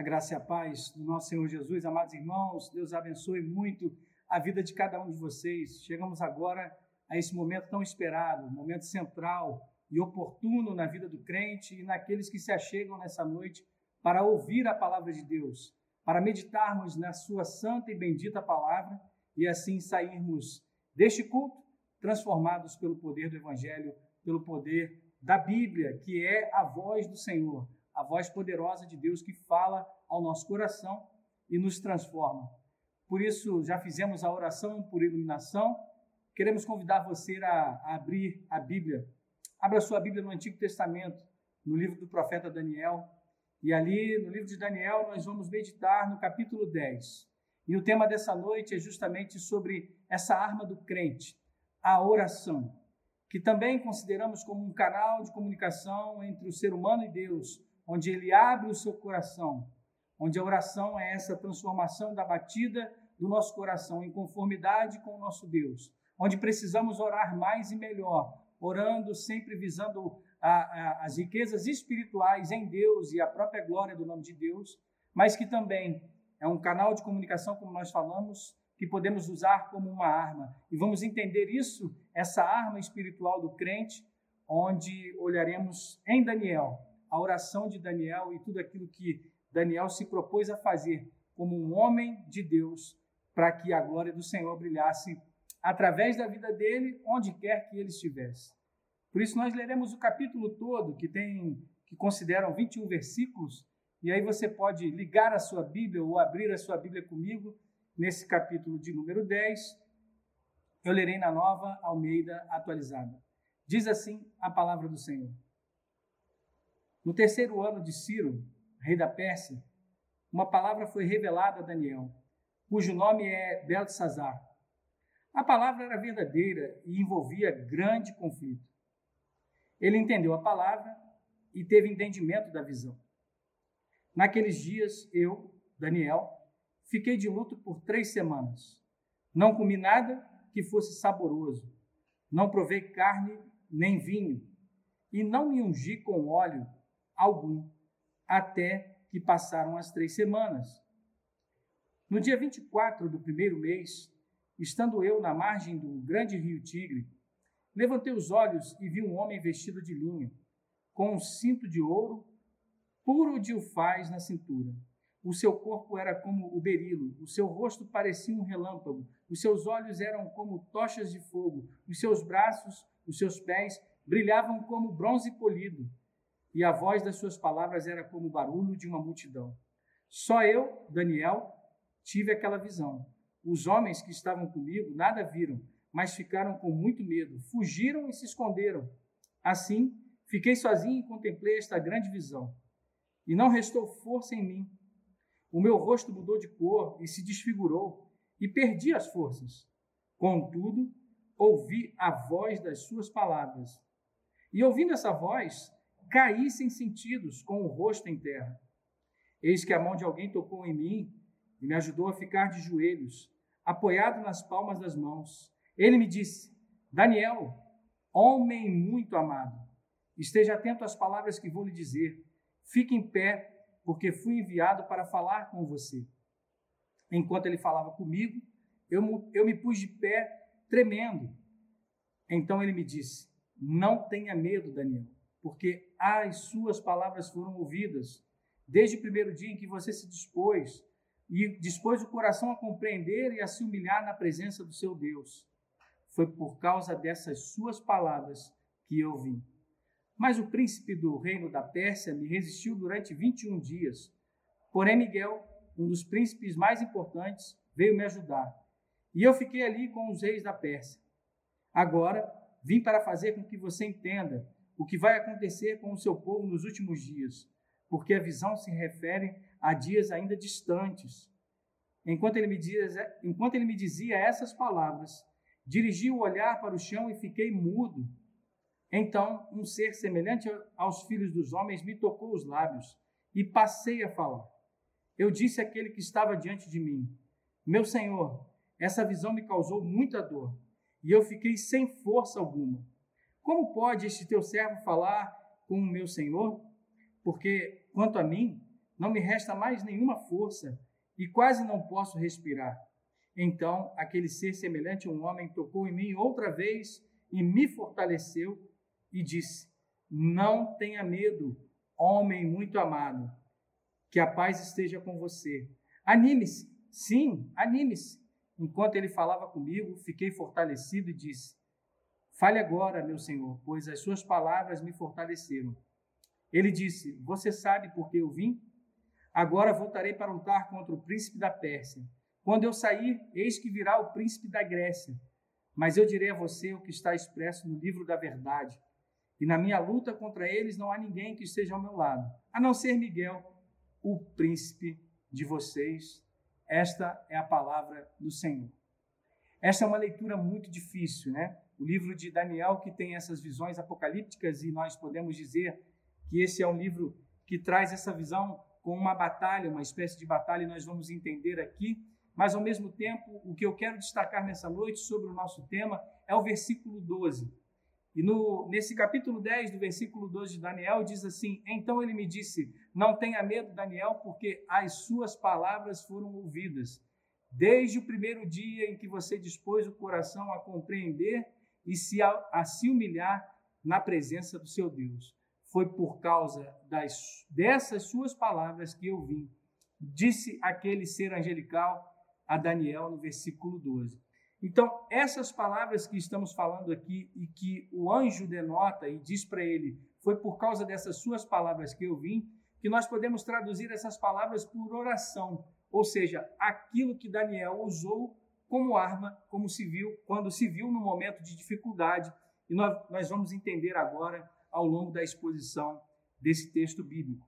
A graça e a paz do nosso Senhor Jesus, amados irmãos, Deus abençoe muito a vida de cada um de vocês. Chegamos agora a esse momento tão esperado, momento central e oportuno na vida do crente e naqueles que se achegam nessa noite para ouvir a palavra de Deus, para meditarmos na sua santa e bendita palavra e assim sairmos deste culto transformados pelo poder do Evangelho, pelo poder da Bíblia, que é a voz do Senhor, a voz poderosa de Deus que fala ao nosso coração e nos transforma. Por isso, já fizemos a oração por iluminação. Queremos convidar você a abrir a Bíblia. Abra sua Bíblia no Antigo Testamento, no livro do profeta Daniel. E ali, no livro de Daniel, nós vamos meditar no capítulo 10. E o tema dessa noite é justamente sobre essa arma do crente, a oração, que também consideramos como um canal de comunicação entre o ser humano e Deus, onde ele abre o seu coração, onde a oração é essa transformação da batida do nosso coração em conformidade com o nosso Deus, onde precisamos orar mais e melhor, orando sempre visando as riquezas espirituais em Deus e a própria glória do nome de Deus, mas que também é um canal de comunicação, como nós falamos, que podemos usar como uma arma. E vamos entender isso, essa arma espiritual do crente, onde olharemos em Daniel, a oração de Daniel e tudo aquilo que Daniel se propôs a fazer como um homem de Deus, para que a glória do Senhor brilhasse através da vida dele, onde quer que ele estivesse. Por isso nós leremos o capítulo todo, que consideram 21 versículos, e aí você pode ligar a sua Bíblia ou abrir a sua Bíblia comigo nesse capítulo de número 10. Eu lerei na Nova Almeida Atualizada. Diz assim a palavra do Senhor. No terceiro ano de Ciro, rei da Pérsia, uma palavra foi revelada a Daniel, cujo nome é Beltesazar. A palavra era verdadeira e envolvia grande conflito. Ele entendeu a palavra e teve entendimento da visão. Naqueles dias, eu, Daniel, fiquei de luto por 3 semanas. Não comi nada que fosse saboroso. Não provei carne nem vinho. E não me ungi com óleo algum, até que passaram as 3 semanas. No dia 24 do primeiro mês, estando eu na margem do grande rio Tigre, levantei os olhos e vi um homem vestido de linho, com um cinto de ouro puro de ufaz na cintura. O seu corpo era como o berilo, o seu rosto parecia um relâmpago, os seus olhos eram como tochas de fogo, os seus braços, os seus pés brilhavam como bronze polido, e a voz das suas palavras era como o barulho de uma multidão. Só eu, Daniel, tive aquela visão. Os homens que estavam comigo nada viram, mas ficaram com muito medo, fugiram e se esconderam. Assim, fiquei sozinho e contemplei esta grande visão. E não restou força em mim. O meu rosto mudou de cor e se desfigurou, e perdi as forças. Contudo, ouvi a voz das suas palavras. E ouvindo essa voz, caí sem sentidos, com o rosto em terra. Eis que a mão de alguém tocou em mim e me ajudou a ficar de joelhos, apoiado nas palmas das mãos. Ele me disse: Daniel, homem muito amado, esteja atento às palavras que vou lhe dizer. Fique em pé, porque fui enviado para falar com você. Enquanto ele falava comigo, eu me pus de pé, tremendo. Então ele me disse: não tenha medo, Daniel, porque as suas palavras foram ouvidas. Desde o primeiro dia em que você se dispôs o coração a compreender e a se humilhar na presença do seu Deus. Foi por causa dessas suas palavras que eu vim. Mas o príncipe do reino da Pérsia me resistiu durante 21 dias. Porém, Miguel, um dos príncipes mais importantes, veio me ajudar. E eu fiquei ali com os reis da Pérsia. Agora, vim para fazer com que você entenda o que vai acontecer com o seu povo nos últimos dias, porque a visão se refere a dias ainda distantes. Enquanto ele me dizia essas palavras, dirigi o olhar para o chão e fiquei mudo. Então, um ser semelhante aos filhos dos homens me tocou os lábios e passei a falar. Eu disse àquele que estava diante de mim: meu Senhor, essa visão me causou muita dor e eu fiquei sem força alguma. Como pode este teu servo falar com o meu Senhor? Porque, quanto a mim, não me resta mais nenhuma força e quase não posso respirar. Então, aquele ser semelhante a um homem tocou em mim outra vez e me fortaleceu e disse: não tenha medo, homem muito amado, que a paz esteja com você. Anime-se, sim, anime-se. Enquanto ele falava comigo, fiquei fortalecido e disse: fale agora, meu Senhor, pois as suas palavras me fortaleceram. Ele disse: você sabe por que eu vim? Agora voltarei para lutar contra o príncipe da Pérsia. Quando eu sair, eis que virá o príncipe da Grécia. Mas eu direi a você o que está expresso no livro da verdade. E na minha luta contra eles não há ninguém que esteja ao meu lado, a não ser Miguel, o príncipe de vocês. Esta é a palavra do Senhor. Esta é uma leitura muito difícil, né? O livro de Daniel, que tem essas visões apocalípticas, e nós podemos dizer que esse é um livro que traz essa visão com uma batalha, uma espécie de batalha, e nós vamos entender aqui. Mas, ao mesmo tempo, o que eu quero destacar nessa noite sobre o nosso tema é o versículo 12. E nesse capítulo 10, do versículo 12 de Daniel, diz assim: então ele me disse, não tenha medo, Daniel, porque as suas palavras foram ouvidas. Desde o primeiro dia em que você dispôs o coração a compreender e a se humilhar na presença do seu Deus. Foi por causa dessas suas palavras que eu vim, disse aquele ser angelical a Daniel no versículo 12. Então, essas palavras que estamos falando aqui e que o anjo denota e diz para ele, foi por causa dessas suas palavras que eu vim, que nós podemos traduzir essas palavras por oração, ou seja, aquilo que Daniel usou como arma, quando se viu no momento de dificuldade. E nós vamos entender agora ao longo da exposição desse texto bíblico.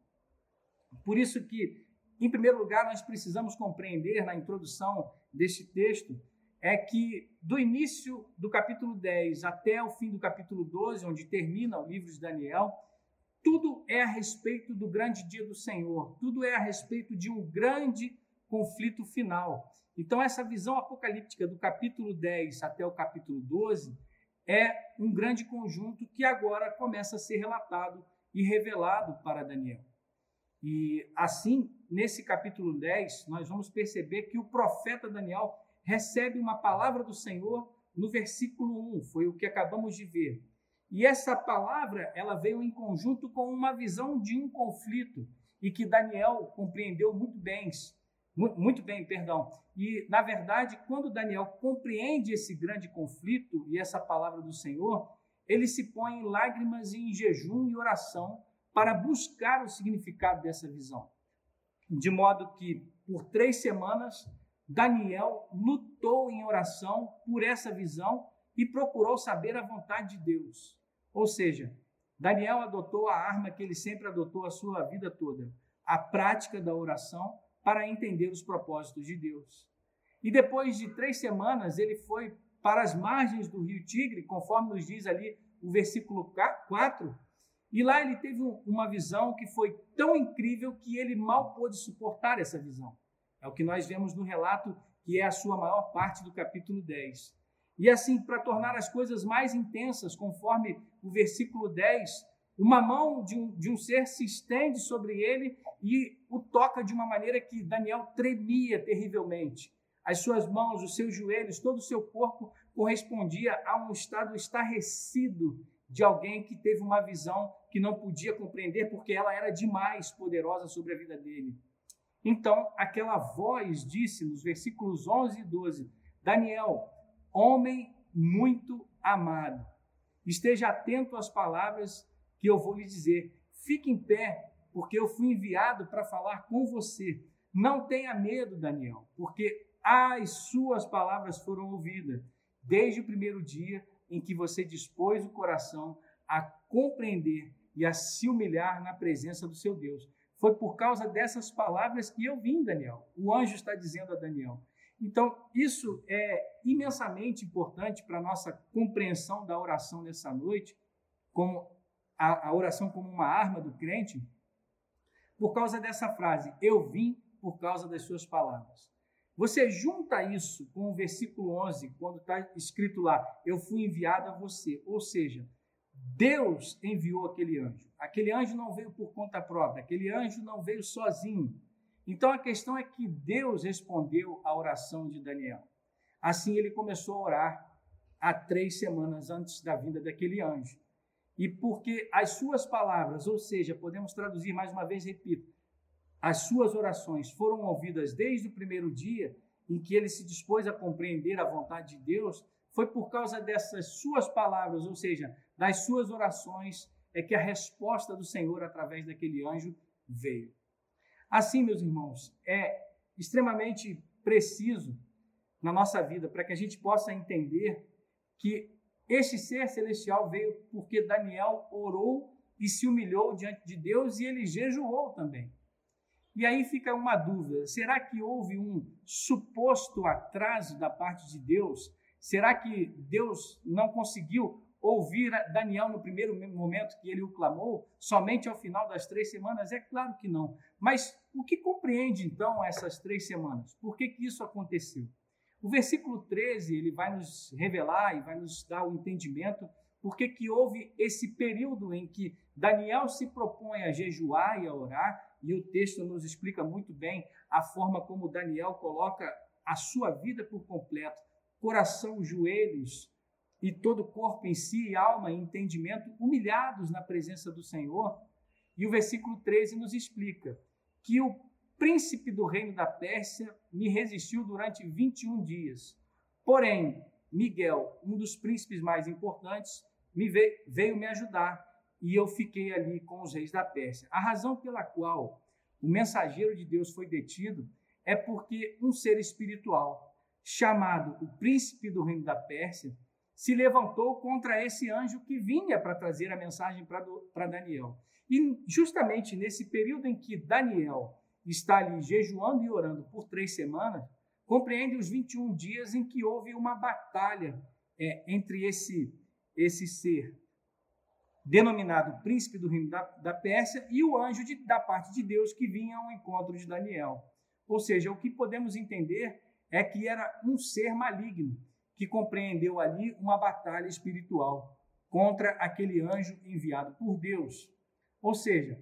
Por isso que, em primeiro lugar, nós precisamos compreender na introdução deste texto é que do início do capítulo 10 até o fim do capítulo 12, onde termina o livro de Daniel, tudo é a respeito do grande dia do Senhor, tudo é a respeito de um grande conflito final. Então, essa visão apocalíptica do capítulo 10 até o capítulo 12 é um grande conjunto que agora começa a ser relatado e revelado para Daniel. E assim, nesse capítulo 10, nós vamos perceber que o profeta Daniel recebe uma palavra do Senhor no versículo 1, foi o que acabamos de ver. E essa palavra, ela veio em conjunto com uma visão de um conflito, e que Daniel compreendeu muito bem. E, na verdade, quando Daniel compreende esse grande conflito e essa palavra do Senhor, ele se põe em lágrimas e em jejum e oração para buscar o significado dessa visão. De modo que, por 3 semanas, Daniel lutou em oração por essa visão e procurou saber a vontade de Deus. Ou seja, Daniel adotou a arma que ele sempre adotou a sua vida toda, a prática da oração para entender os propósitos de Deus. E depois de 3 semanas, ele foi para as margens do rio Tigre, conforme nos diz ali o versículo 4, e lá ele teve uma visão que foi tão incrível que ele mal pôde suportar essa visão. É o que nós vemos no relato, que é a sua maior parte do capítulo 10. E assim, para tornar as coisas mais intensas, conforme o versículo 10, uma mão de um ser se estende sobre ele e o toca de uma maneira que Daniel tremia terrivelmente. As suas mãos, os seus joelhos, todo o seu corpo correspondia a um estado estarrecido de alguém que teve uma visão que não podia compreender porque ela era demais poderosa sobre a vida dele. Então, aquela voz disse nos versículos 11 e 12, Daniel, homem muito amado, esteja atento às palavras que eu vou lhe dizer. Fique em pé, porque eu fui enviado para falar com você. Não tenha medo, Daniel, porque as suas palavras foram ouvidas desde o primeiro dia em que você dispôs o coração a compreender e a se humilhar na presença do seu Deus. Foi por causa dessas palavras que eu vim, Daniel. O anjo está dizendo a Daniel. Então, isso é imensamente importante para a nossa compreensão da oração nessa noite, como a oração como uma arma do crente, por causa dessa frase, eu vim por causa das suas palavras. Você junta isso com o versículo 11, quando está escrito lá, eu fui enviado a você. Ou seja, Deus enviou aquele anjo. Aquele anjo não veio por conta própria, aquele anjo não veio sozinho. Então a questão é que Deus respondeu à oração de Daniel. Assim ele começou a orar há 3 semanas antes da vinda daquele anjo. E porque as suas palavras, ou seja, podemos traduzir mais uma vez, repito, as suas orações foram ouvidas desde o primeiro dia em que ele se dispôs a compreender a vontade de Deus, foi por causa dessas suas palavras, ou seja, das suas orações, é que a resposta do Senhor através daquele anjo veio. Assim, meus irmãos, é extremamente preciso na nossa vida para que a gente possa entender que este ser celestial veio porque Daniel orou e se humilhou diante de Deus e ele jejuou também. E aí fica uma dúvida, será que houve um suposto atraso da parte de Deus? Será que Deus não conseguiu ouvir Daniel no primeiro momento que ele o clamou, somente ao final das 3 semanas? É claro que não. Mas o que compreende então essas 3 semanas? Por que isso aconteceu? O versículo 13, ele vai nos revelar e vai nos dar o entendimento por que houve esse período em que Daniel se propõe a jejuar e a orar, e o texto nos explica muito bem a forma como Daniel coloca a sua vida por completo, coração, joelhos e todo o corpo em si, alma e entendimento, humilhados na presença do Senhor. E o versículo 13 nos explica que o príncipe do reino da Pérsia me resistiu durante 21 dias. Porém, Miguel, um dos príncipes mais importantes, veio me ajudar e eu fiquei ali com os reis da Pérsia. A razão pela qual o mensageiro de Deus foi detido é porque um ser espiritual, chamado o príncipe do reino da Pérsia, se levantou contra esse anjo que vinha para trazer a mensagem para Daniel. E justamente nesse período em que Daniel está ali jejuando e orando por 3 semanas, compreende os 21 dias em que houve uma batalha entre esse ser denominado príncipe do reino da Pérsia e o anjo da parte de Deus que vinha ao encontro de Daniel. Ou seja, o que podemos entender é que era um ser maligno que compreendeu ali uma batalha espiritual contra aquele anjo enviado por Deus. Ou seja,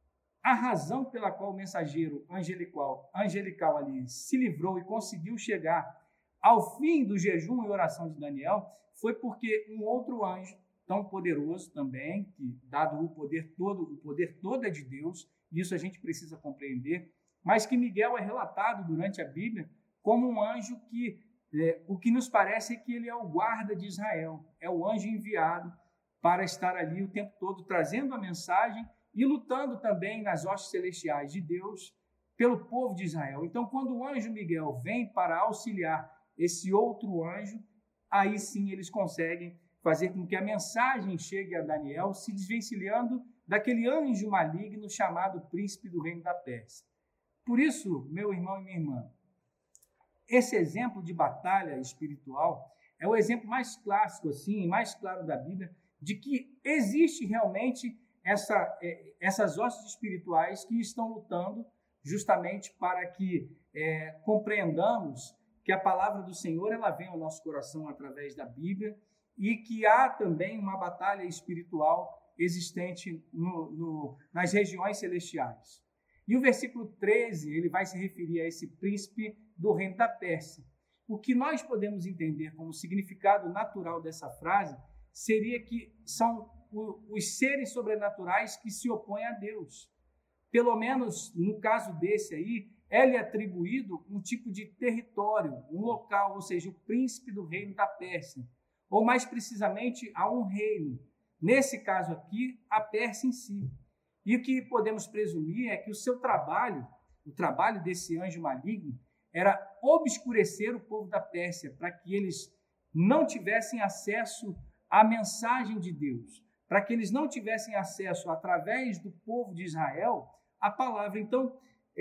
a razão pela qual o mensageiro angelical ali se livrou e conseguiu chegar ao fim do jejum e oração de Daniel foi porque um outro anjo tão poderoso também, que dado o poder todo é de Deus, isso a gente precisa compreender, mas que Miguel é relatado durante a Bíblia como um anjo que, o que nos parece é que ele é o guarda de Israel, é o anjo enviado para estar ali o tempo todo trazendo a mensagem e lutando também nas hostes celestiais de Deus pelo povo de Israel. Então, quando o anjo Miguel vem para auxiliar esse outro anjo, aí sim eles conseguem fazer com que a mensagem chegue a Daniel, se desvencilhando daquele anjo maligno chamado príncipe do reino da Pérsia. Por isso, meu irmão e minha irmã, esse exemplo de batalha espiritual é o exemplo mais clássico, assim, mais claro da Bíblia, de que existe realmente essas hostes espirituais que estão lutando justamente para que compreendamos que a palavra do Senhor ela vem ao nosso coração através da Bíblia e que há também uma batalha espiritual existente nas regiões celestiais. E o versículo 13, ele vai se referir a esse príncipe do reino da Pérsia. O que nós podemos entender como significado natural dessa frase seria que são os seres sobrenaturais que se opõem a Deus. Pelo menos no caso desse aí, é-lhe atribuído um tipo de território, um local, ou seja, o príncipe do reino da Pérsia, ou mais precisamente a um reino. Nesse caso aqui, a Pérsia em si. E o que podemos presumir é que o seu trabalho, o trabalho desse anjo maligno, era obscurecer o povo da Pérsia, para que eles não tivessem acesso à mensagem de Deus, para que eles não tivessem acesso, através do povo de Israel, à palavra. Então,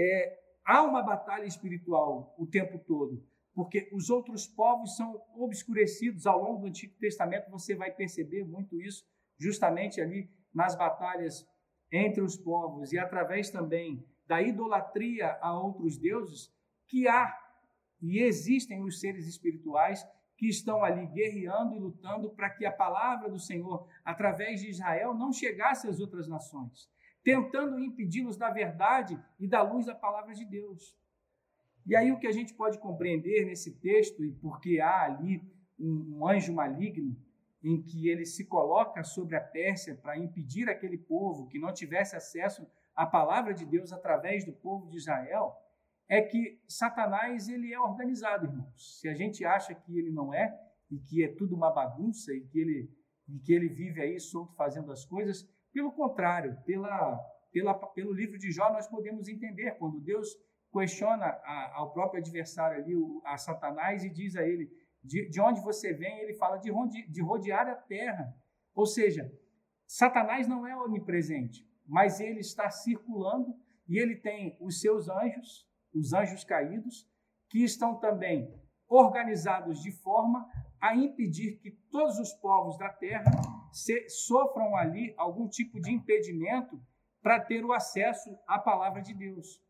há uma batalha espiritual o tempo todo, porque os outros povos são obscurecidos. Ao longo do Antigo Testamento, você vai perceber muito isso, justamente ali nas batalhas entre os povos e através também da idolatria a outros deuses, que há e existem os seres espirituais que estão ali guerreando e lutando para que a palavra do Senhor, através de Israel, não chegasse às outras nações, tentando impedi-los da verdade e da luz da palavra de Deus. E aí o que a gente pode compreender nesse texto, e porque há ali um anjo maligno, em que ele se coloca sobre a Pérsia para impedir aquele povo que não tivesse acesso à palavra de Deus através do povo de Israel, é que Satanás ele é organizado, irmãos. Se a gente acha que ele não é, e que é tudo uma bagunça, e que ele vive aí solto fazendo as coisas, pelo contrário, pelo livro de Jó nós podemos entender, quando Deus questiona ao próprio adversário ali, a Satanás, e diz a ele, de onde você vem, ele fala de rodear a terra. Ou seja, Satanás não é onipresente, mas ele está circulando e ele tem os seus anjos, os anjos caídos, que estão também organizados de forma a impedir que todos os povos da terra sofram ali algum tipo de impedimento para ter o acesso à palavra de Deus.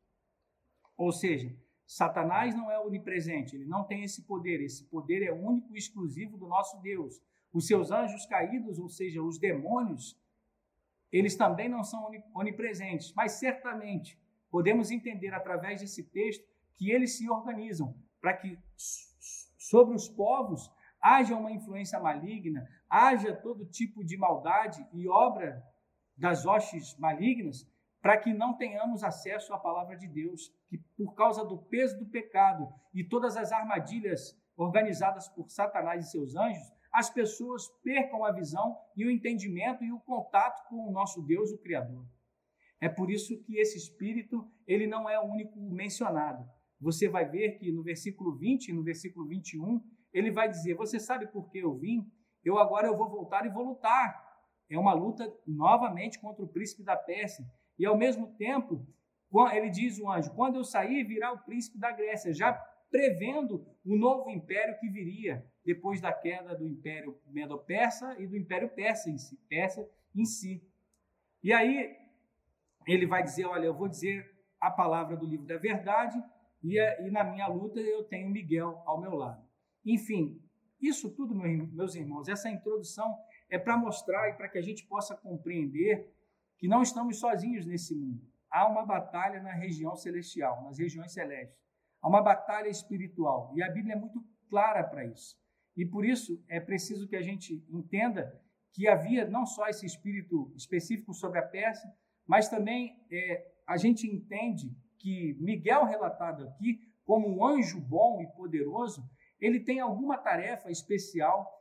Ou seja, Satanás não é onipresente, ele não tem esse poder é único e exclusivo do nosso Deus. Os seus anjos caídos, ou seja, os demônios, eles também não são onipresentes, mas certamente podemos entender através desse texto que eles se organizam para que sobre os povos haja uma influência maligna, haja todo tipo de maldade e obra das hostes malignas, para que não tenhamos acesso à palavra de Deus, que por causa do peso do pecado e todas as armadilhas organizadas por Satanás e seus anjos, as pessoas percam a visão e o entendimento e o contato com o nosso Deus, o Criador. É por isso que esse espírito, ele não é o único mencionado. Você vai ver que no versículo 20 e no versículo 21, ele vai dizer, você sabe por que eu vim? Agora eu vou voltar e vou lutar. É uma luta novamente contra o príncipe da Pérsia. E ao mesmo tempo, ele diz o anjo, quando eu sair, virá o príncipe da Grécia, já prevendo o novo império que viria depois da queda do império Medo-Persa e do império Persa em si. E aí ele vai dizer, olha, eu vou dizer a palavra do livro da verdade e na minha luta eu tenho Miguel ao meu lado. Enfim, isso tudo, meus irmãos, essa introdução é para mostrar e para que a gente possa compreender que não estamos sozinhos nesse mundo. Há uma batalha na região celestial, nas regiões celestes. Há uma batalha espiritual e a Bíblia é muito clara para isso. E por isso é preciso que a gente entenda que havia não só esse espírito específico sobre a Pérsia, mas também a gente entende que Miguel, relatado aqui como um anjo bom e poderoso, ele tem alguma tarefa especial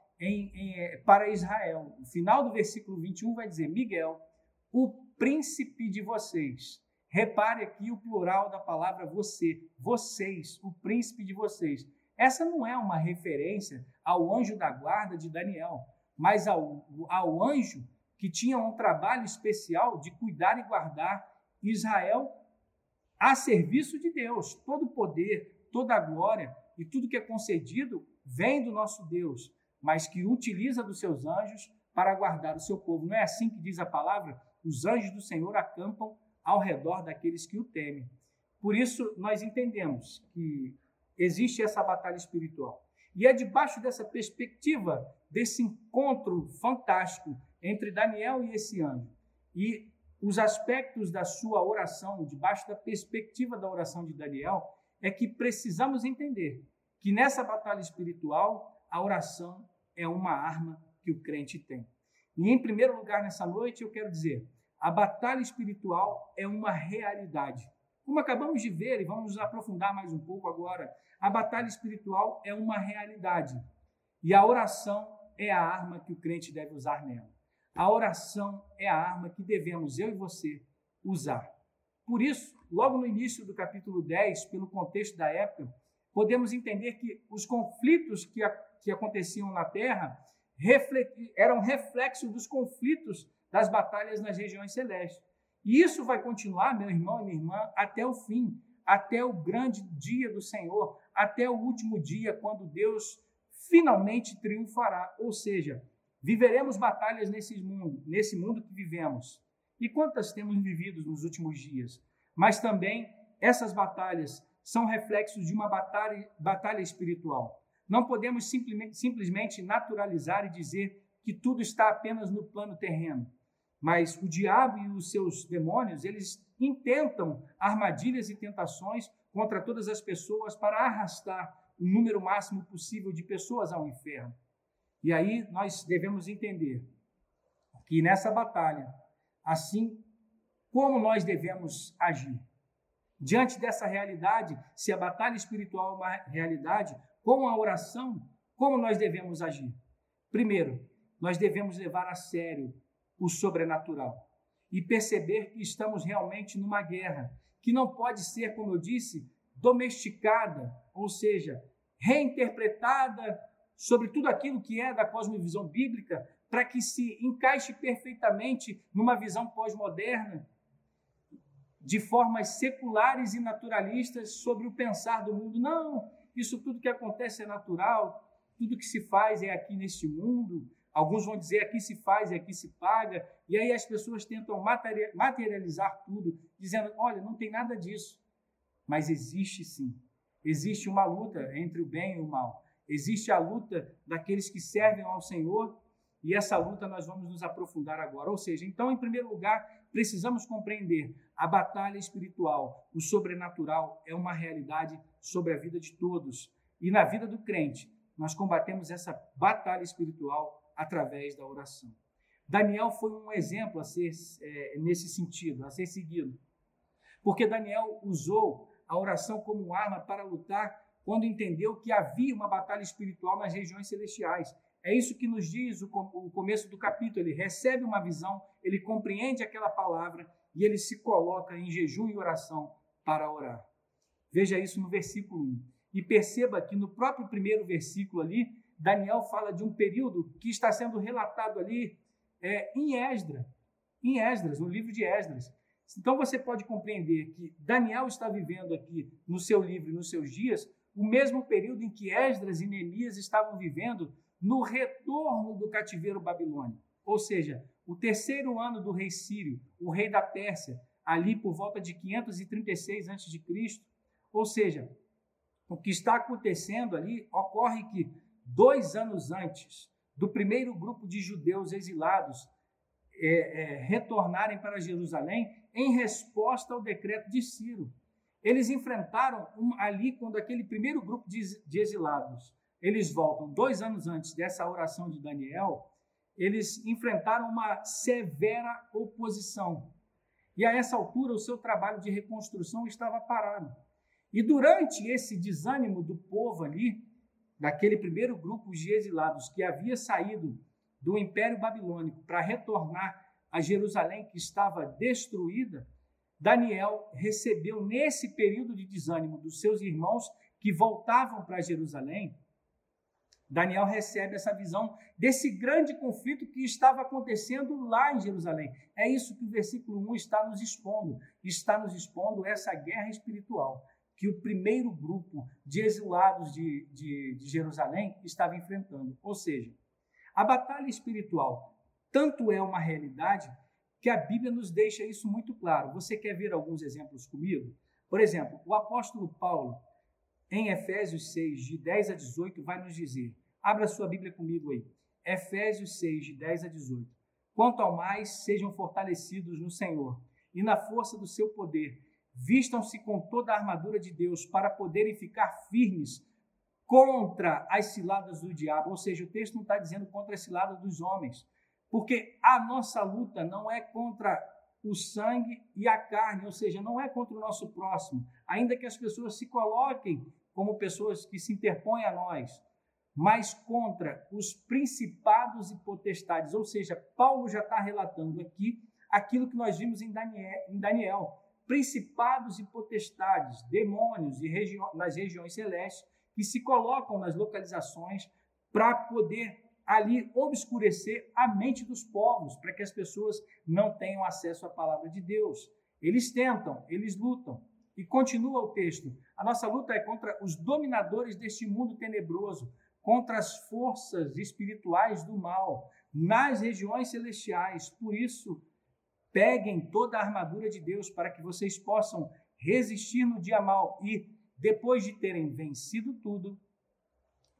para Israel. No final do versículo 21 vai dizer, Miguel, o príncipe de vocês. Repare aqui o plural da palavra você, vocês, o príncipe de vocês. Essa não é uma referência ao anjo da guarda de Daniel, mas ao anjo que tinha um trabalho especial de cuidar e guardar Israel a serviço de Deus. Todo o poder, toda a glória e tudo que é concedido vem do nosso Deus, mas que utiliza dos seus anjos para guardar o seu povo. Não é assim que diz a palavra? Os anjos do Senhor acampam ao redor daqueles que o temem. Por isso, nós entendemos que existe essa batalha espiritual. E é debaixo dessa perspectiva, desse encontro fantástico entre Daniel e esse anjo, e os aspectos da sua oração, debaixo da perspectiva da oração de Daniel, é que precisamos entender que nessa batalha espiritual, a oração é uma arma que o crente tem. E, em primeiro lugar, nessa noite, eu quero dizer, a batalha espiritual é uma realidade. Como acabamos de ver, e vamos nos aprofundar mais um pouco agora, a batalha espiritual é uma realidade. E a oração é a arma que o crente deve usar nela. A oração é a arma que devemos, eu e você, usar. Por isso, logo no início do capítulo 10, pelo contexto da época, podemos entender que os conflitos que aconteciam na terra eram reflexo dos conflitos das batalhas nas regiões celestes. E isso vai continuar, meu irmão e minha irmã, até o fim, até o grande dia do Senhor, até o último dia, quando Deus finalmente triunfará. Ou seja, viveremos batalhas nesse mundo que vivemos. E quantas temos vivido nos últimos dias? Mas também essas batalhas são reflexos de uma batalha espiritual. Não podemos simplesmente naturalizar e dizer que tudo está apenas no plano terreno. Mas o diabo e os seus demônios, eles intentam armadilhas e tentações contra todas as pessoas para arrastar o número máximo possível de pessoas ao inferno. E aí nós devemos entender que nessa batalha, assim como nós devemos agir. Diante dessa realidade, se a batalha espiritual é uma realidade, com a oração, como nós devemos agir? Primeiro, nós devemos levar a sério o sobrenatural e perceber que estamos realmente numa guerra, que não pode ser, como eu disse, domesticada, ou seja, reinterpretada sobre tudo aquilo que é da cosmovisão bíblica, para que se encaixe perfeitamente numa visão pós-moderna, de formas seculares e naturalistas sobre o pensar do mundo. Não, isso tudo que acontece é natural, tudo que se faz é aqui neste mundo. Alguns vão dizer aqui se faz e aqui se paga, e aí as pessoas tentam materializar tudo, dizendo, olha, não tem nada disso. Mas existe sim, existe uma luta entre o bem e o mal. Existe a luta daqueles que servem ao Senhor, e essa luta nós vamos nos aprofundar agora. Ou seja, então, em primeiro lugar, precisamos compreender a batalha espiritual, o sobrenatural é uma realidade sobre a vida de todos. E na vida do crente, nós combatemos essa batalha espiritual através da oração. Daniel foi um exemplo a ser, nesse sentido, a ser seguido. Porque Daniel usou a oração como arma para lutar quando entendeu que havia uma batalha espiritual nas regiões celestiais. É isso que nos diz o começo do capítulo. Ele recebe uma visão, ele compreende aquela palavra e ele se coloca em jejum e oração para orar. Veja isso no versículo 1. E perceba que no próprio primeiro versículo ali, Daniel fala de um período que está sendo relatado ali em Esdras, no livro de Esdras. Então você pode compreender que Daniel está vivendo aqui no seu livro e nos seus dias o mesmo período em que Esdras e Neemias estavam vivendo no retorno do cativeiro babilônico. Ou seja, o terceiro ano do rei Sírio, o rei da Pérsia, ali por volta de 536 a.C. Ou seja, o que está acontecendo ali ocorre que 2 anos antes do primeiro grupo de judeus exilados retornarem para Jerusalém em resposta ao decreto de Ciro. Eles enfrentaram ali, quando aquele primeiro grupo de exilados, eles voltam 2 anos antes dessa oração de Daniel, eles enfrentaram uma severa oposição. E a essa altura o seu trabalho de reconstrução estava parado. E durante esse desânimo do povo ali, daquele primeiro grupo de exilados que havia saído do Império Babilônico para retornar a Jerusalém, que estava destruída, Daniel recebeu nesse período de desânimo dos seus irmãos que voltavam para Jerusalém, Daniel recebe essa visão desse grande conflito que estava acontecendo lá em Jerusalém. É isso que o versículo 1 está nos expondo essa guerra espiritual que o primeiro grupo de exilados de Jerusalém estava enfrentando. Ou seja, a batalha espiritual tanto é uma realidade que a Bíblia nos deixa isso muito claro. Você quer ver alguns exemplos comigo? Por exemplo, o apóstolo Paulo, em Efésios 6, de 10 a 18, vai nos dizer, abra sua Bíblia comigo aí, Efésios 6, de 10 a 18. Quanto ao mais, sejam fortalecidos no Senhor e na força do seu poder, vistam-se com toda a armadura de Deus para poderem ficar firmes contra as ciladas do diabo. Ou seja, o texto não está dizendo contra as ciladas dos homens, porque a nossa luta não é contra o sangue e a carne, ou seja, não é contra o nosso próximo, ainda que as pessoas se coloquem como pessoas que se interpõem a nós, mas contra os principados e potestades. Ou seja, Paulo já está relatando aqui aquilo que nós vimos em Daniel, principados e potestades, demônios nas regiões celestes que se colocam nas localizações para poder ali obscurecer a mente dos povos, para que as pessoas não tenham acesso à palavra de Deus. Eles tentam, eles lutam. E continua o texto. A nossa luta é contra os dominadores deste mundo tenebroso, contra as forças espirituais do mal, nas regiões celestiais. Por isso, peguem toda a armadura de Deus para que vocês possam resistir no dia mau e, depois de terem vencido tudo,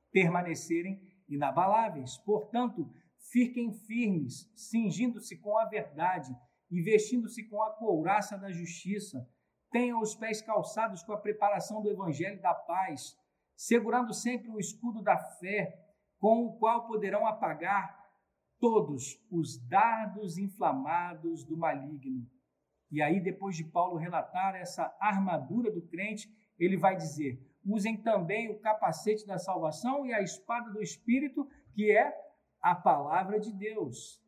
permanecerem inabaláveis. Portanto, fiquem firmes, cingindo-se com a verdade e vestindo-se com a couraça da justiça. Tenham os pés calçados com a preparação do evangelho da paz, segurando sempre o escudo da fé, com o qual poderão apagar todos os dardos inflamados do maligno. E aí, depois de Paulo relatar essa armadura do crente, ele vai dizer: usem também o capacete da salvação e a espada do Espírito, que é a palavra de Deus.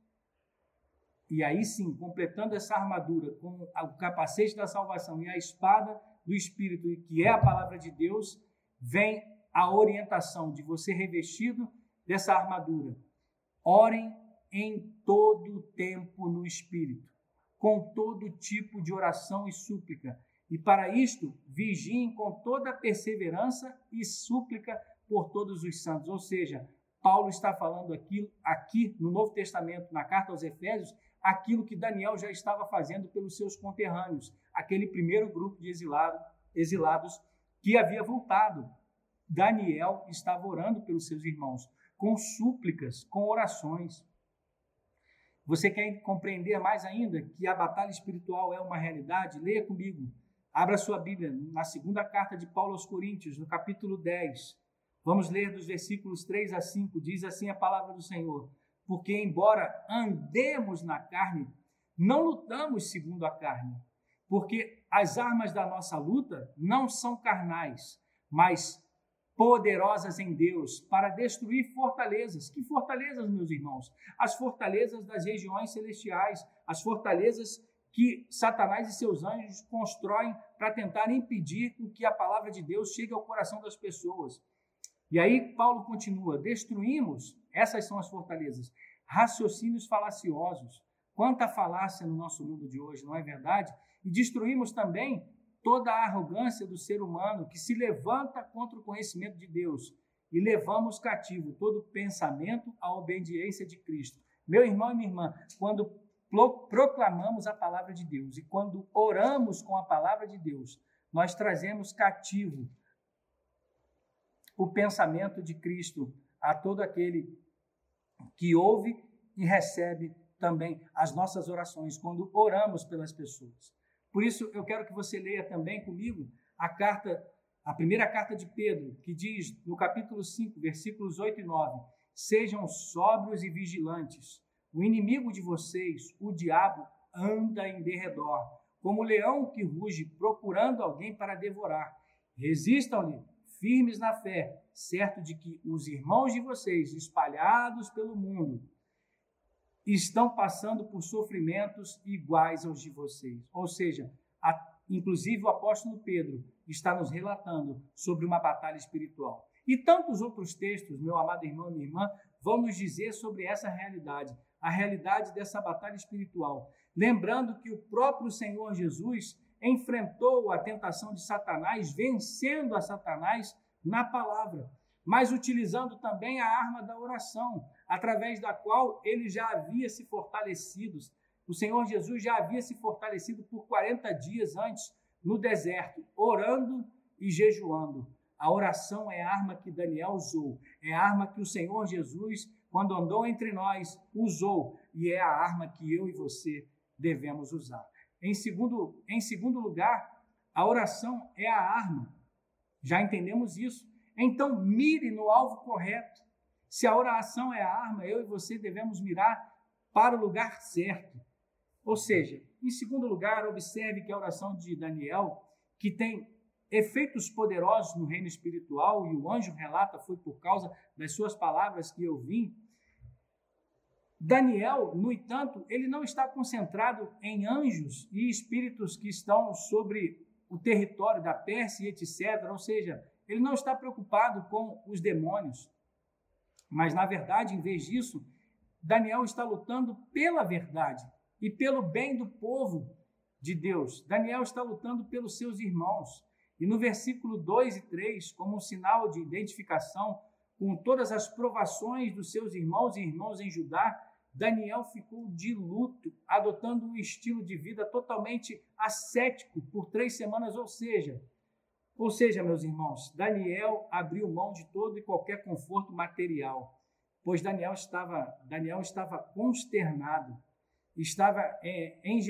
E aí sim, completando essa armadura com o capacete da salvação e a espada do Espírito, que é a palavra de Deus, vem a orientação de você revestido dessa armadura. Orem em todo o tempo no Espírito, com todo tipo de oração e súplica. E para isto, vigiem com toda perseverança e súplica por todos os santos. Ou seja, Paulo está falando aqui no Novo Testamento, na carta aos Efésios, aquilo que Daniel já estava fazendo pelos seus conterrâneos, aquele primeiro grupo de exilados que havia voltado. Daniel estava orando pelos seus irmãos, com súplicas, com orações. Você quer compreender mais ainda que a batalha espiritual é uma realidade? Leia comigo. Abra sua Bíblia na segunda carta de Paulo aos Coríntios, no capítulo 10. Vamos ler dos versículos 3 a 5. Diz assim a palavra do Senhor: porque, embora andemos na carne, não lutamos segundo a carne, porque as armas da nossa luta não são carnais, mas poderosas em Deus para destruir fortalezas. Que fortalezas, meus irmãos? As fortalezas das regiões celestiais, as fortalezas que Satanás e seus anjos constroem para tentar impedir que a palavra de Deus chegue ao coração das pessoas. E aí Paulo continua: destruímos, essas são as fortalezas, raciocínios falaciosos. Quanta falácia no nosso mundo de hoje, não é verdade? E destruímos também toda a arrogância do ser humano que se levanta contra o conhecimento de Deus, e levamos cativo todo pensamento à obediência de Cristo. Meu irmão e minha irmã, quando proclamamos a palavra de Deus e quando oramos com a palavra de Deus, nós trazemos cativo o pensamento de Cristo a todo aquele que ouve e recebe também as nossas orações, quando oramos pelas pessoas. Por isso, eu quero que você leia também comigo a primeira carta de Pedro, que diz no capítulo 5, versículos 8 e 9, sejam sóbrios e vigilantes. O inimigo de vocês, o diabo, anda em derredor, como leão que ruge, procurando alguém para devorar. Resistam-lhe, firmes na fé, certo de que os irmãos de vocês, espalhados pelo mundo, estão passando por sofrimentos iguais aos de vocês. Ou seja, inclusive o apóstolo Pedro está nos relatando sobre uma batalha espiritual. E tantos outros textos, meu amado irmão e minha irmã, vão nos dizer sobre essa realidade, a realidade dessa batalha espiritual. Lembrando que o próprio Senhor Jesus enfrentou a tentação de Satanás, vencendo a Satanás na palavra, mas utilizando também a arma da oração, através da qual ele já havia se fortalecido. O Senhor Jesus já havia se fortalecido por 40 dias antes no deserto, orando e jejuando. A oração é a arma que Daniel usou, é a arma que o Senhor Jesus, quando andou entre nós, usou, e é a arma que eu e você devemos usar. Em segundo lugar, a oração é a arma. Já entendemos isso. Então, mire no alvo correto. Se a oração é a arma, eu e você devemos mirar para o lugar certo. Ou seja, em segundo lugar, observe que a oração de Daniel, que tem efeitos poderosos no reino espiritual, e o anjo relata, foi por causa das suas palavras que eu vim. Daniel, no entanto, ele não está concentrado em anjos e espíritos que estão sobre o território da Pérsia, etc. Ou seja, ele não está preocupado com os demônios. Mas, na verdade, em vez disso, Daniel está lutando pela verdade e pelo bem do povo de Deus. Daniel está lutando pelos seus irmãos. E no versículo 2 e 3, como um sinal de identificação com todas as provações dos seus irmãos e irmãs em Judá, Daniel ficou de luto, adotando um estilo de vida totalmente ascético por 3 semanas, ou seja, Ou seja, meus irmãos, Daniel abriu mão de todo e qualquer conforto material, pois Daniel estava consternado, estava em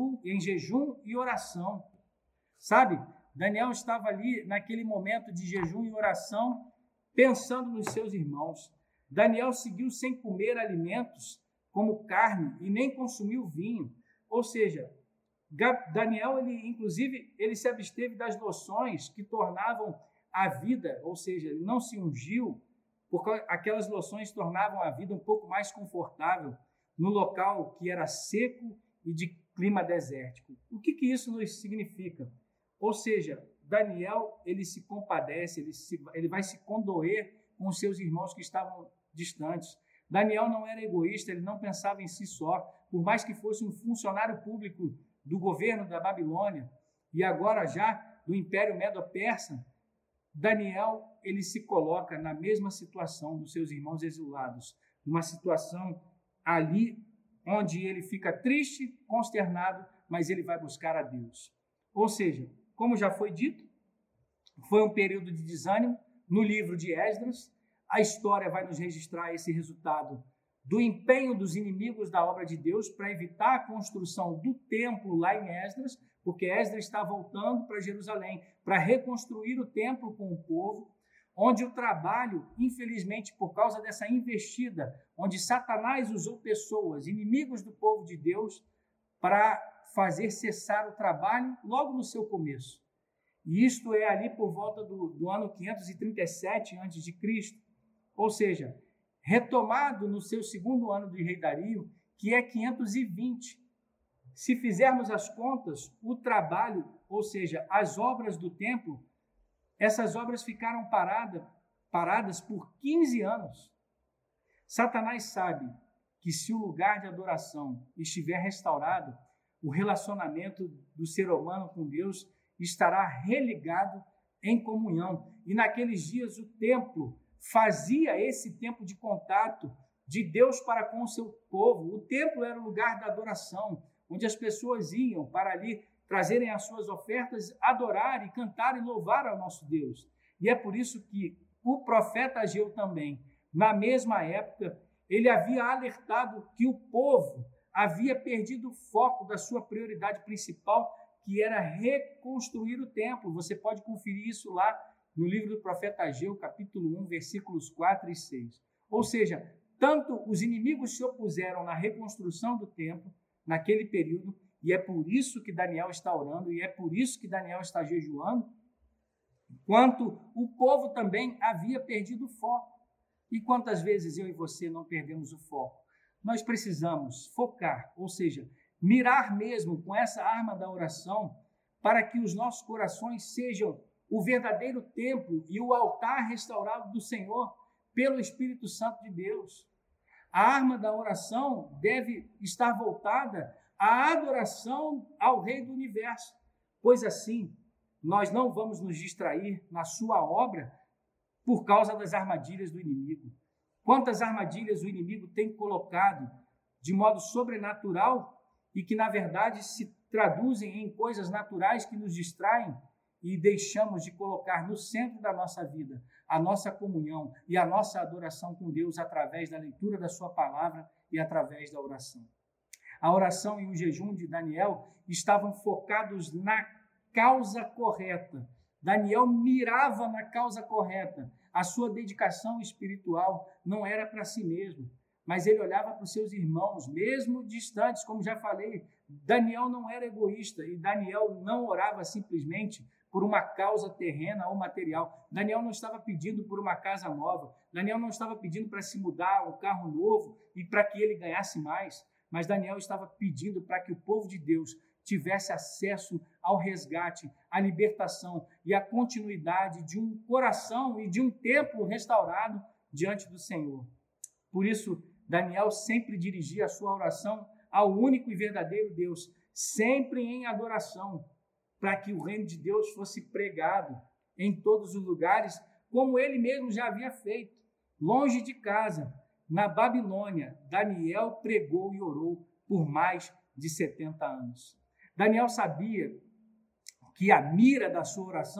jejum e oração. Sabe, Daniel estava ali naquele momento de jejum e oração, pensando nos seus irmãos. Daniel seguiu sem comer alimentos como carne e nem consumiu vinho. Ou seja, Daniel, ele se absteve das loções que tornavam a vida, ou seja, ele não se ungiu, porque aquelas loções tornavam a vida um pouco mais confortável no local que era seco e de clima desértico. O que isso nos significa? Ou seja, Daniel, ele se compadece, ele vai se condoer com os seus irmãos que estavam distantes. Daniel não era egoísta, ele não pensava em si só, por mais que fosse um funcionário público do governo da Babilônia e agora já do Império Medo-Persa, Daniel, ele se coloca na mesma situação dos seus irmãos exilados, uma situação ali onde ele fica triste, consternado, mas ele vai buscar a Deus. Ou seja, como já foi dito, foi um período de desânimo. No livro de Esdras, a história vai nos registrar esse resultado do empenho dos inimigos da obra de Deus para evitar a construção do templo lá em Esdras, porque Esdras está voltando para Jerusalém para reconstruir o templo com o povo, onde o trabalho, infelizmente, por causa dessa investida, onde Satanás usou pessoas, inimigos do povo de Deus, para fazer cessar o trabalho logo no seu começo. E isto é ali por volta do ano 537 a.C., ou seja, retomado no seu segundo ano de rei Dario, que é 520. Se fizermos as contas, o trabalho, ou seja, as obras do templo, essas obras ficaram paradas por 15 anos. Satanás sabe que se o lugar de adoração estiver restaurado, o relacionamento do ser humano com Deus estará religado em comunhão. E naqueles dias o templo fazia esse tempo de contato de Deus para com o seu povo. O templo era o lugar da adoração, onde as pessoas iam para ali trazerem as suas ofertas, adorar e cantar e louvar ao nosso Deus. E é por isso que o profeta Ageu também, na mesma época, ele havia alertado que o povo havia perdido o foco da sua prioridade principal, que era reconstruir o templo. Você pode conferir isso lá no livro do profeta Ageu, capítulo 1, versículos 4 e 6. Ou seja, tanto os inimigos se opuseram na reconstrução do templo naquele período, e é por isso que Daniel está orando, e é por isso que Daniel está jejuando, quanto o povo também havia perdido o foco. E quantas vezes eu e você não perdemos o foco? Nós precisamos focar, ou seja, mirar mesmo com essa arma da oração, para que os nossos corações sejam o verdadeiro templo e o altar restaurado do Senhor pelo Espírito Santo de Deus. A arma da oração deve estar voltada à adoração ao Rei do Universo, pois assim nós não vamos nos distrair na sua obra por causa das armadilhas do inimigo. Quantas armadilhas o inimigo tem colocado de modo sobrenatural e que, na verdade, se traduzem em coisas naturais que nos distraem e deixamos de colocar no centro da nossa vida a nossa comunhão e a nossa adoração com Deus através da leitura da sua palavra e através da oração. A oração e o jejum de Daniel estavam focados na causa correta. Daniel mirava na causa correta. A sua dedicação espiritual não era para si mesmo, mas ele olhava para os seus irmãos, mesmo distantes, como já falei. Daniel não era egoísta e Daniel não orava simplesmente por uma causa terrena ou material. Daniel não estava pedindo por uma casa nova. Daniel não estava pedindo para se mudar um carro novo e para que ele ganhasse mais. Mas Daniel estava pedindo para que o povo de Deus tivesse acesso ao resgate, à libertação e à continuidade de um coração e de um templo restaurado diante do Senhor. Por isso, Daniel sempre dirigia a sua oração ao único e verdadeiro Deus, sempre em adoração, para que o reino de Deus fosse pregado em todos os lugares, como ele mesmo já havia feito. Longe de casa, na Babilônia, Daniel pregou e orou por mais de 70 anos. Daniel sabia que a mira da sua oração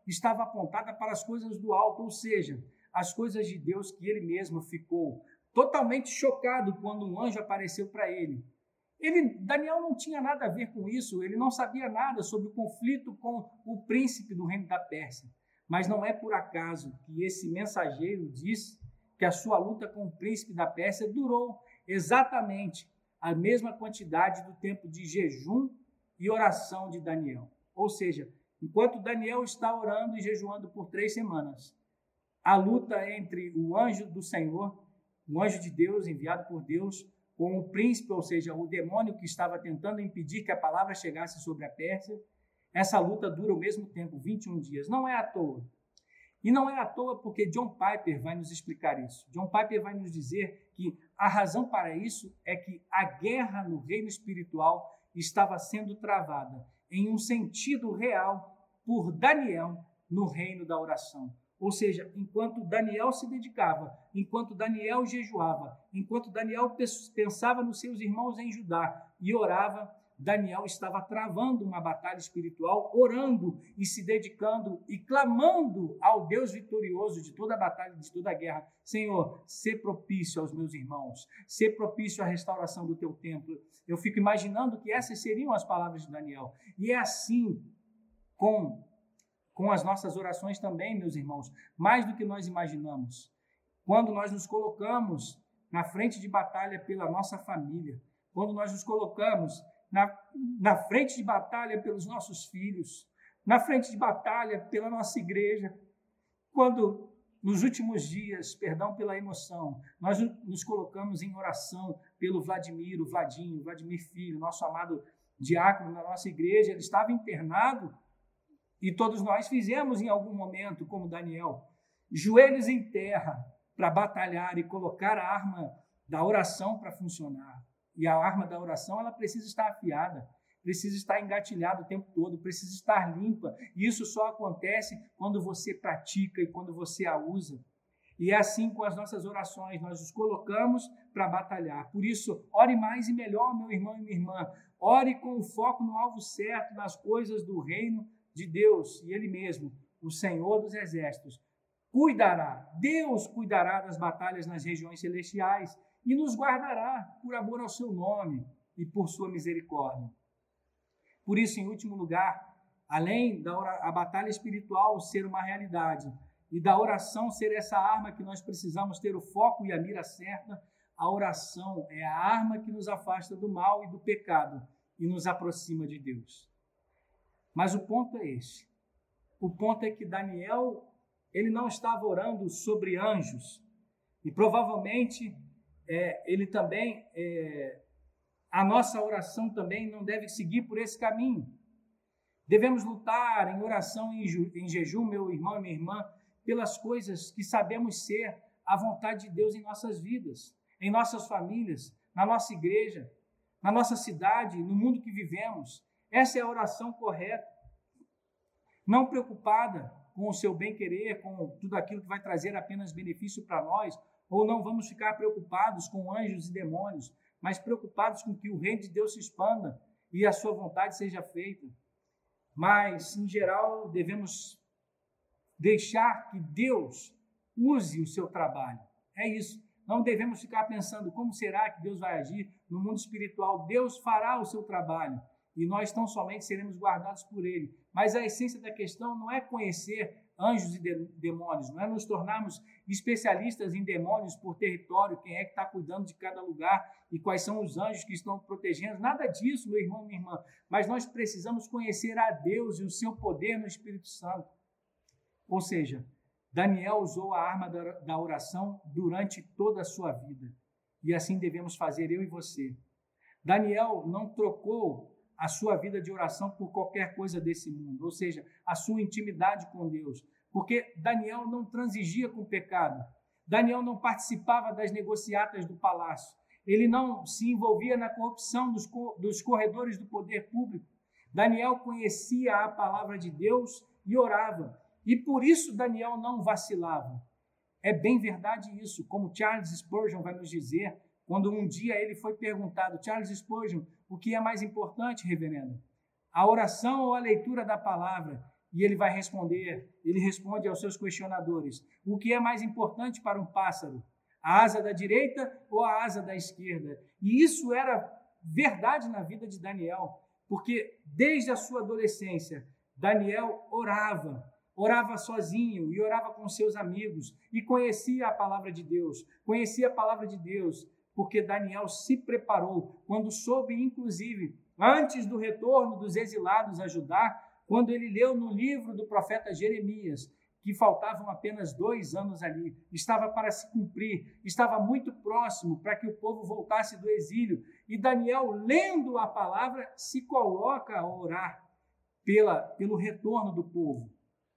estava apontada para as coisas do alto, ou seja, as coisas de Deus, que ele mesmo ficou totalmente chocado quando um anjo apareceu para ele. Daniel não tinha nada a ver com isso, ele não sabia nada sobre o conflito com o príncipe do reino da Pérsia. Mas não é por acaso que esse mensageiro diz que a sua luta com o príncipe da Pérsia durou exatamente a mesma quantidade do tempo de jejum e oração de Daniel. Ou seja, enquanto Daniel está orando e jejuando por 3 semanas, a luta entre o anjo do Senhor, o anjo de Deus enviado por Deus, com o príncipe, ou seja, o demônio que estava tentando impedir que a palavra chegasse sobre a Pérsia, essa luta dura o mesmo tempo, 21 dias. Não é à toa. E não é à toa porque John Piper vai nos explicar isso. John Piper vai nos dizer que a razão para isso é que a guerra no reino espiritual estava sendo travada em um sentido real por Daniel no reino da oração. Ou seja, enquanto Daniel se dedicava, enquanto Daniel jejuava, enquanto Daniel pensava nos seus irmãos em Judá e orava, Daniel estava travando uma batalha espiritual, orando e se dedicando e clamando ao Deus vitorioso de toda a batalha, de toda a guerra. Senhor, sê propício aos meus irmãos, sê propício à restauração do teu templo. Eu fico imaginando que essas seriam as palavras de Daniel. E é assim com as nossas orações também, meus irmãos, mais do que nós imaginamos. Quando nós nos colocamos na frente de batalha pela nossa família, quando nós nos colocamos na frente de batalha pelos nossos filhos, na frente de batalha pela nossa igreja, quando nos últimos dias, perdão pela emoção, nós nos colocamos em oração pelo Vladimir Filho, nosso amado diácono na nossa igreja, ele estava internado e todos nós fizemos em algum momento, como Daniel, joelhos em terra para batalhar e colocar a arma da oração para funcionar. E a arma da oração, ela precisa estar afiada, precisa estar engatilhada o tempo todo, precisa estar limpa. E isso só acontece quando você pratica e quando você a usa. E é assim com as nossas orações, nós nos colocamos para batalhar. Por isso, ore mais e melhor, meu irmão e minha irmã. Ore com o foco no alvo certo, nas coisas do reino de Deus. E Ele mesmo, o Senhor dos Exércitos, cuidará, Deus cuidará das batalhas nas regiões celestiais e nos guardará por amor ao seu nome e por sua misericórdia. Por isso, em último lugar, além da a batalha espiritual ser uma realidade e da oração ser essa arma que nós precisamos ter o foco e a mira certa, a oração é a arma que nos afasta do mal e do pecado e nos aproxima de Deus. Mas o ponto é esse. O ponto é que Daniel, ele não estava orando sobre anjos e provavelmente ele também, a nossa oração também não deve seguir por esse caminho. Devemos lutar em oração e em jejum, meu irmão e minha irmã, pelas coisas que sabemos ser a vontade de Deus em nossas vidas, em nossas famílias, na nossa igreja, na nossa cidade, no mundo que vivemos. Essa é a oração correta. Não preocupada com o seu bem-querer, com tudo aquilo que vai trazer apenas benefício para nós, ou não vamos ficar preocupados com anjos e demônios, mas preocupados com que o reino de Deus se expanda e a sua vontade seja feita. Mas, em geral, devemos deixar que Deus use o seu trabalho. É isso. Não devemos ficar pensando como será que Deus vai agir no mundo espiritual. Deus fará o seu trabalho e nós tão somente seremos guardados por Ele. Mas a essência da questão não é conhecer anjos e demônios, não é nos tornarmos especialistas em demônios por território, quem é que está cuidando de cada lugar e quais são os anjos que estão protegendo, nada disso, meu irmão e minha irmã, mas nós precisamos conhecer a Deus e o seu poder no Espírito Santo. Ou seja, Daniel usou a arma da oração durante toda a sua vida e assim devemos fazer eu e você. Daniel não trocou a sua vida de oração por qualquer coisa desse mundo, ou seja, a sua intimidade com Deus, porque Daniel não transigia com o pecado, Daniel não participava das negociatas do palácio, ele não se envolvia na corrupção dos corredores do poder público. Daniel conhecia a palavra de Deus e orava, e por isso Daniel não vacilava. É bem verdade isso, como Charles Spurgeon vai nos dizer, quando um dia ele foi perguntado, Charles Spurgeon, o que é mais importante, reverendo? A oração ou a leitura da palavra? e ele vai responder, ele responde aos seus questionadores. O que é mais importante para um pássaro? A asa da direita ou a asa da esquerda? E isso era verdade na vida de Daniel, porque desde a sua adolescência, Daniel orava sozinho e orava com seus amigos e conhecia a palavra de Deus, porque Daniel se preparou quando soube, inclusive, antes do retorno dos exilados a Judá, quando ele leu no livro do profeta Jeremias, que faltavam apenas 2 anos ali, estava para se cumprir, estava muito próximo para que o povo voltasse do exílio. E Daniel, lendo a palavra, se coloca a orar pelo retorno do povo.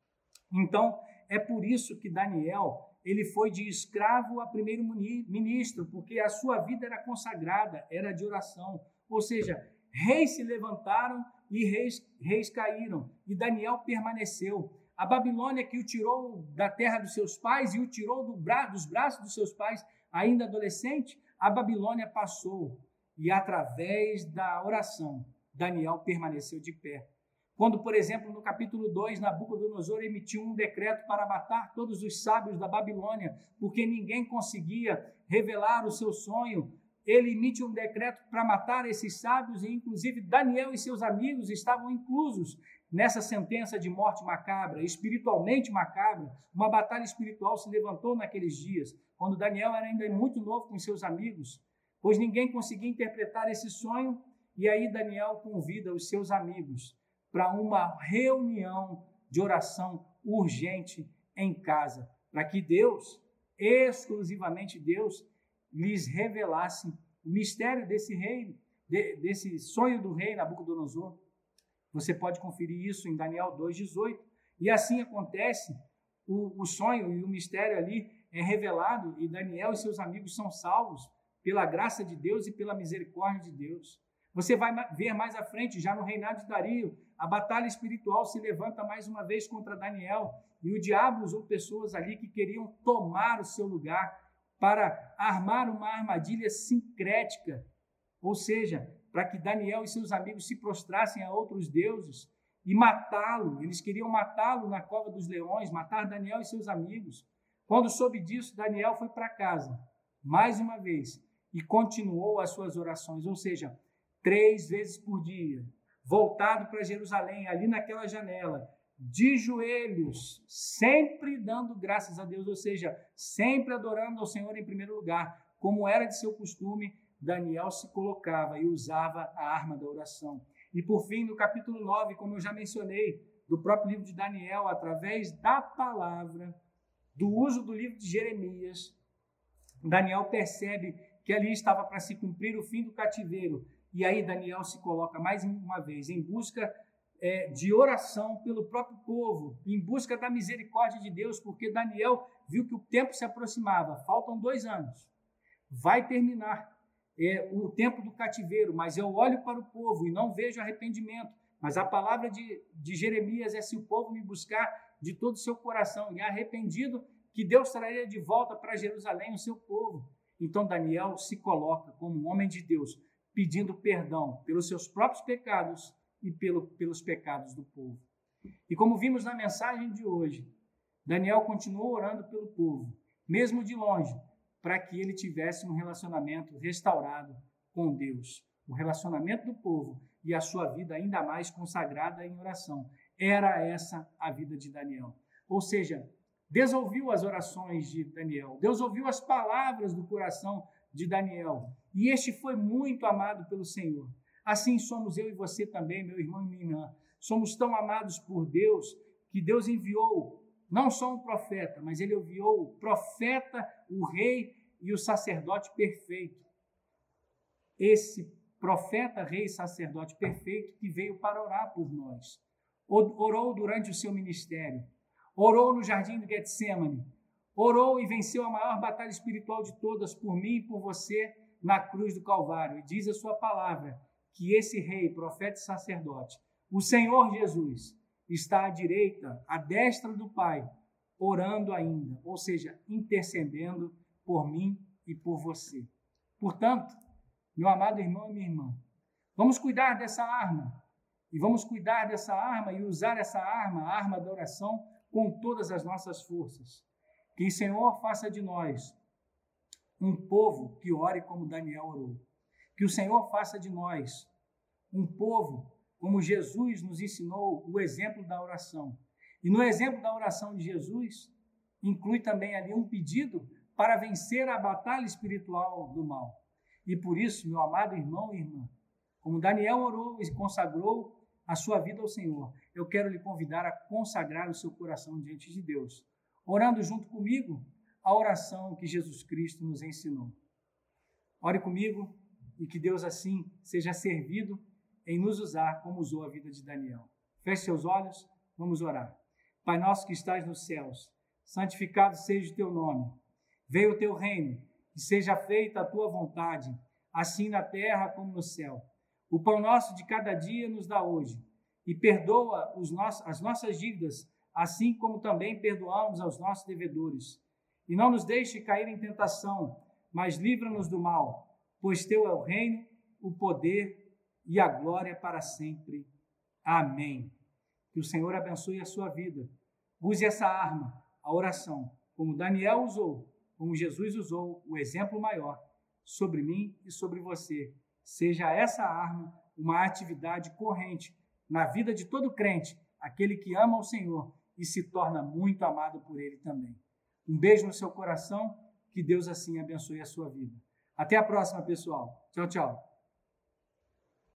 Então, é por isso que Daniel, ele foi de escravo a primeiro-ministro, porque a sua vida era consagrada, era de oração. Ou seja, reis se levantaram e reis caíram, e Daniel permaneceu. A Babilônia, que o tirou da terra dos seus pais e o tirou dos braços dos seus pais, ainda adolescente, a Babilônia passou. E através da oração, Daniel permaneceu de pé. Quando, por exemplo, no capítulo 2, Nabucodonosor emitiu um decreto para matar todos os sábios da Babilônia, porque ninguém conseguia revelar o seu sonho, ele emite um decreto para matar esses sábios, e inclusive Daniel e seus amigos estavam inclusos nessa sentença de morte macabra, espiritualmente macabra. Uma batalha espiritual se levantou naqueles dias, quando Daniel era ainda muito novo com seus amigos, pois ninguém conseguia interpretar esse sonho, e aí Daniel convida os seus amigos para uma reunião de oração urgente em casa, para que Deus, exclusivamente Deus, lhes revelasse o mistério desse reino, desse sonho do rei Nabucodonosor. Você pode conferir isso em Daniel 2,18. E assim acontece, o sonho e o mistério ali é revelado, e Daniel e seus amigos são salvos pela graça de Deus e pela misericórdia de Deus. Você vai ver mais à frente, já no reinado de Dario, a batalha espiritual se levanta mais uma vez contra Daniel, e o diabo usou pessoas ali que queriam tomar o seu lugar para armar uma armadilha sincrética, ou seja, para que Daniel e seus amigos se prostrassem a outros deuses e matá-lo. Eles queriam matá-lo na cova dos leões, matar Daniel e seus amigos. Quando soube disso, Daniel foi para casa, mais uma vez, e continuou as suas orações, ou seja, 3 vezes por dia, voltado para Jerusalém, ali naquela janela, de joelhos, sempre dando graças a Deus, ou seja, sempre adorando ao Senhor em primeiro lugar. Como era de seu costume, Daniel se colocava e usava a arma da oração. E por fim, no capítulo 9, como eu já mencionei, do próprio livro de Daniel, através da palavra, do uso do livro de Jeremias, Daniel percebe que ali estava para se cumprir o fim do cativeiro. E aí Daniel se coloca mais uma vez em busca de oração pelo próprio povo, em busca da misericórdia de Deus, porque Daniel viu que o tempo se aproximava, faltam 2 anos, vai terminar o tempo do cativeiro, mas eu olho para o povo e não vejo arrependimento. Mas a palavra de Jeremias é: se o povo me buscar de todo o seu coração e arrependido, que Deus traria de volta para Jerusalém o seu povo. Então Daniel se coloca como um homem de Deus, pedindo perdão pelos seus próprios pecados e pelos pecados do povo. E como vimos na mensagem de hoje, Daniel continuou orando pelo povo, mesmo de longe, para que ele tivesse um relacionamento restaurado com Deus. O relacionamento do povo e a sua vida ainda mais consagrada em oração. Era essa a vida de Daniel. Ou seja, Deus ouviu as orações de Daniel, Deus ouviu as palavras do coração de Daniel, e este foi muito amado pelo Senhor. Assim somos eu e você também, meu irmão e minha irmã. Somos tão amados por Deus, que Deus enviou não só um profeta, mas ele enviou o profeta, o rei e o sacerdote perfeito. Esse profeta, rei e sacerdote perfeito que veio para orar por nós. Orou durante o seu ministério, orou no jardim de Getsêmani, orou e venceu a maior batalha espiritual de todas por mim e por você na cruz do Calvário. E diz a sua palavra que esse rei, profeta e sacerdote, o Senhor Jesus, está à direita, à destra do Pai, orando ainda, ou seja, intercedendo por mim e por você. Portanto, meu amado irmão e minha irmã, vamos cuidar dessa arma, E vamos cuidar dessa arma e usar essa arma, a arma da oração, com todas as nossas forças. Que o Senhor faça de nós um povo que ore como Daniel orou. Que o Senhor faça de nós um povo como Jesus nos ensinou o exemplo da oração. E no exemplo da oração de Jesus, inclui também ali um pedido para vencer a batalha espiritual do mal. E por isso, meu amado irmão e irmã, como Daniel orou e consagrou a sua vida ao Senhor, eu quero lhe convidar a consagrar o seu coração diante de Deus, orando junto comigo a oração que Jesus Cristo nos ensinou. Ore comigo e que Deus assim seja servido em nos usar como usou a vida de Daniel. Feche seus olhos, vamos orar. Pai nosso que estás nos céus, santificado seja o teu nome. Venha o teu reino, que seja feita a tua vontade, assim na terra como no céu. O pão nosso de cada dia nos dá hoje, e perdoa as nossas dívidas, assim como também perdoamos aos nossos devedores. E não nos deixe cair em tentação, mas livra-nos do mal, pois teu é o reino, o poder e a glória para sempre. Amém. Que o Senhor abençoe a sua vida. Use essa arma, a oração, como Daniel usou, como Jesus usou, o exemplo maior, sobre mim e sobre você. Seja essa arma uma atividade corrente na vida de todo crente, aquele que ama o Senhor e se torna muito amado por Ele também. Um beijo no seu coração, que Deus assim abençoe a sua vida. Até a próxima, pessoal. Tchau, tchau.